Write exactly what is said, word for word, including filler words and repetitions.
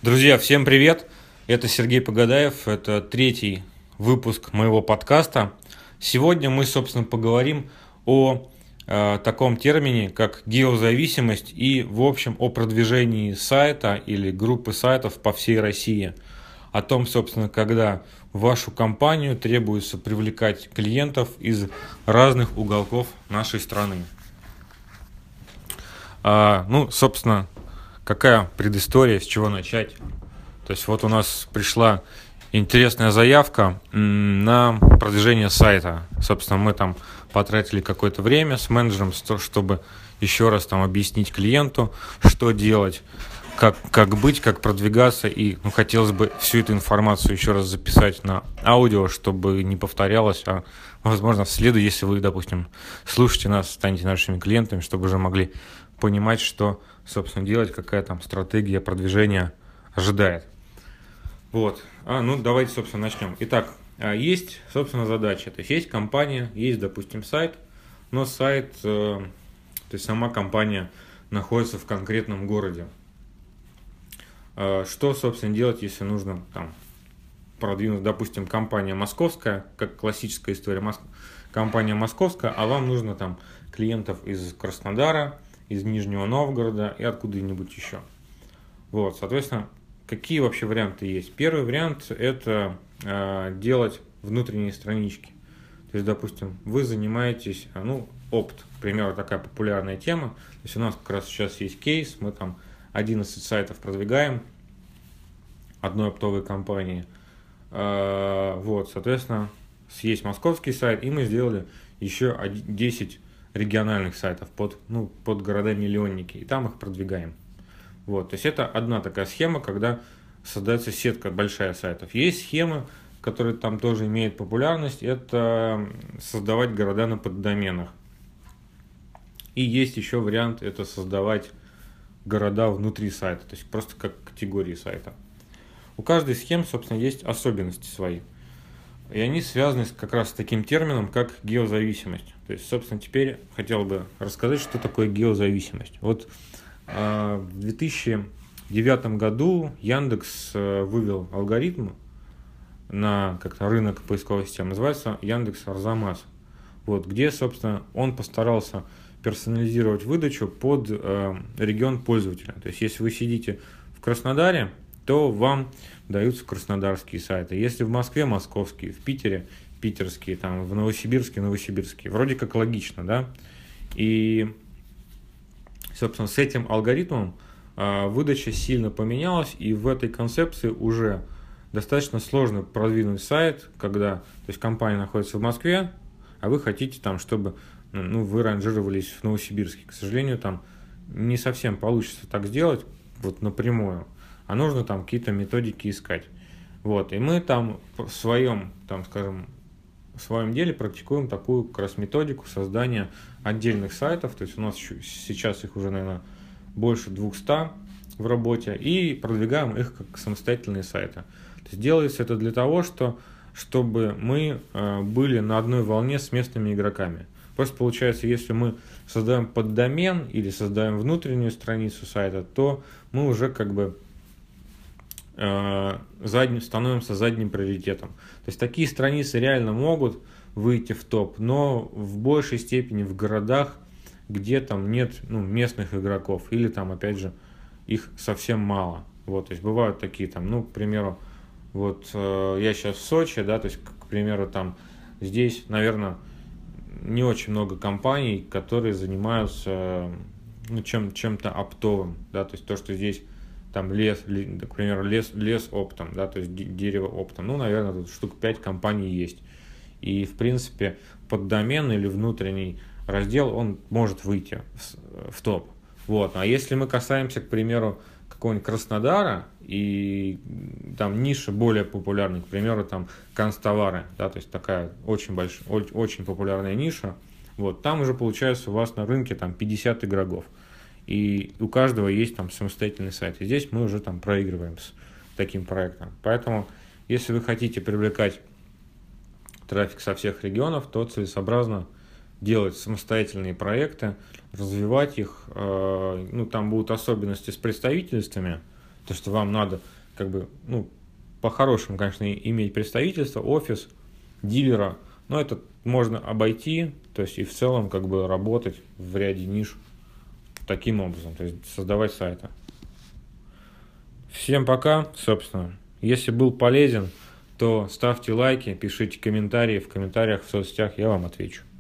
Друзья, всем привет! Это Сергей Погадаев, это третий выпуск моего подкаста. Сегодня мы, собственно, поговорим о э, таком термине, как геозависимость и, в общем, о продвижении сайта или группы сайтов по всей России. О том, собственно, когда в вашу компанию требуется привлекать клиентов из разных уголков нашей страны. А, ну, собственно, какая предыстория, с чего начать? То есть вот у нас пришла интересная заявка на продвижение сайта. Собственно, мы там потратили какое-то время с менеджером, чтобы еще раз там объяснить клиенту, что делать, как, как быть, как продвигаться. И ну, хотелось бы всю эту информацию еще раз записать на аудио, чтобы не повторялось, а возможно в следу, если вы, допустим, слушаете нас, станете нашими клиентами, чтобы уже могли понимать, что, собственно, делать, какая там стратегия продвижения ожидает. Вот. А, ну, давайте, собственно, начнем. Итак, есть, собственно, задача. То есть есть компания, есть, допустим, сайт, но сайт, то есть сама компания находится в конкретном городе. Что, собственно, делать, если нужно там продвинуть, допустим, компания московская, как классическая история, компания московская, а вам нужно там клиентов из Краснодара, из Нижнего Новгорода и откуда-нибудь еще. Вот, соответственно, какие вообще варианты есть? Первый вариант – это э, делать внутренние странички. То есть, допустим, вы занимаетесь, ну, опт, к примеру, такая популярная тема. То есть у нас как раз сейчас есть кейс, мы там одиннадцать сайтов продвигаем одной оптовой компании. Э, вот, соответственно, есть московский сайт, и мы сделали еще десять региональных сайтов под, ну, под города-миллионники, и там их продвигаем. Вот, то есть это одна такая схема, когда создается сетка большая сайтов. Есть схемы, которые там тоже имеют популярность, это создавать города на поддоменах. И есть еще вариант, это создавать города внутри сайта, то есть просто как категории сайта. У каждой схемы, собственно, есть особенности свои. И они связаны как раз с таким термином, как геозависимость. То есть, собственно, теперь хотел бы рассказать, что такое геозависимость. Вот э, в две тысячи девятом году Яндекс вывел алгоритм на как-то рынок поисковой системы, называется Яндекс Арзамас. Вот, где, собственно, он постарался персонализировать выдачу под э, регион пользователя. То есть, если вы сидите в Краснодаре, то вам даются краснодарские сайты. Если в Москве – московские, в Питере – питерские, там, в Новосибирске – новосибирские. Вроде как логично, да? И, собственно, с этим алгоритмом э, выдача сильно поменялась, и в этой концепции уже достаточно сложно продвинуть сайт, когда, то есть, компания находится в Москве, а вы хотите там, чтобы ну, вы ранжировались в Новосибирске. К сожалению, там не совсем получится так сделать вот напрямую. А нужно там какие-то методики искать. Вот. И мы там в своем, там, скажем, в своем деле практикуем такую как раз методику создания отдельных сайтов. То есть у нас сейчас их уже, наверное, больше двухсот в работе. И продвигаем их как самостоятельные сайты. То есть делается это для того, что, чтобы мы э, были на одной волне с местными игроками. Просто получается, если мы создаем поддомен или создаем внутреннюю страницу сайта, то мы уже как бы задним, становимся задним приоритетом. То есть такие страницы реально могут выйти в топ, но в большей степени в городах, где там нет ну, местных игроков, или там, опять же, их совсем мало. Вот, то есть бывают такие там, ну, к примеру, вот э, я сейчас в Сочи, да, то есть, к, к примеру, там здесь, наверное, не очень много компаний, которые занимаются ну, чем, чем-то оптовым, да, то есть то, что здесь там лес, к примеру, лес, лес оптом, да, то есть дерево оптом. Ну, наверное, тут штук пять компаний есть. И, в принципе, поддомен или внутренний раздел, он может выйти в, в топ. Вот. А если мы касаемся, к примеру, какого-нибудь Краснодара, и там ниша более популярная, к примеру, там канцтовары, да, то есть такая очень большая, очень популярная ниша, вот, там уже получается у вас на рынке там пятьдесят игроков. И у каждого есть там самостоятельный сайт. И здесь мы уже там проигрываем с таким проектом. Поэтому, если вы хотите привлекать трафик со всех регионов, то целесообразно делать самостоятельные проекты, развивать их. Ну, там будут особенности с представительствами. То, что вам надо, как бы, ну, по-хорошему, конечно, иметь представительство, офис, дилера, но это можно обойти, то есть и в целом, как бы, работать в ряде ниш таким образом, то есть создавать сайты. Всем пока, собственно. Если был полезен, то ставьте лайки, пишите комментарии, в комментариях в соцсетях я вам отвечу.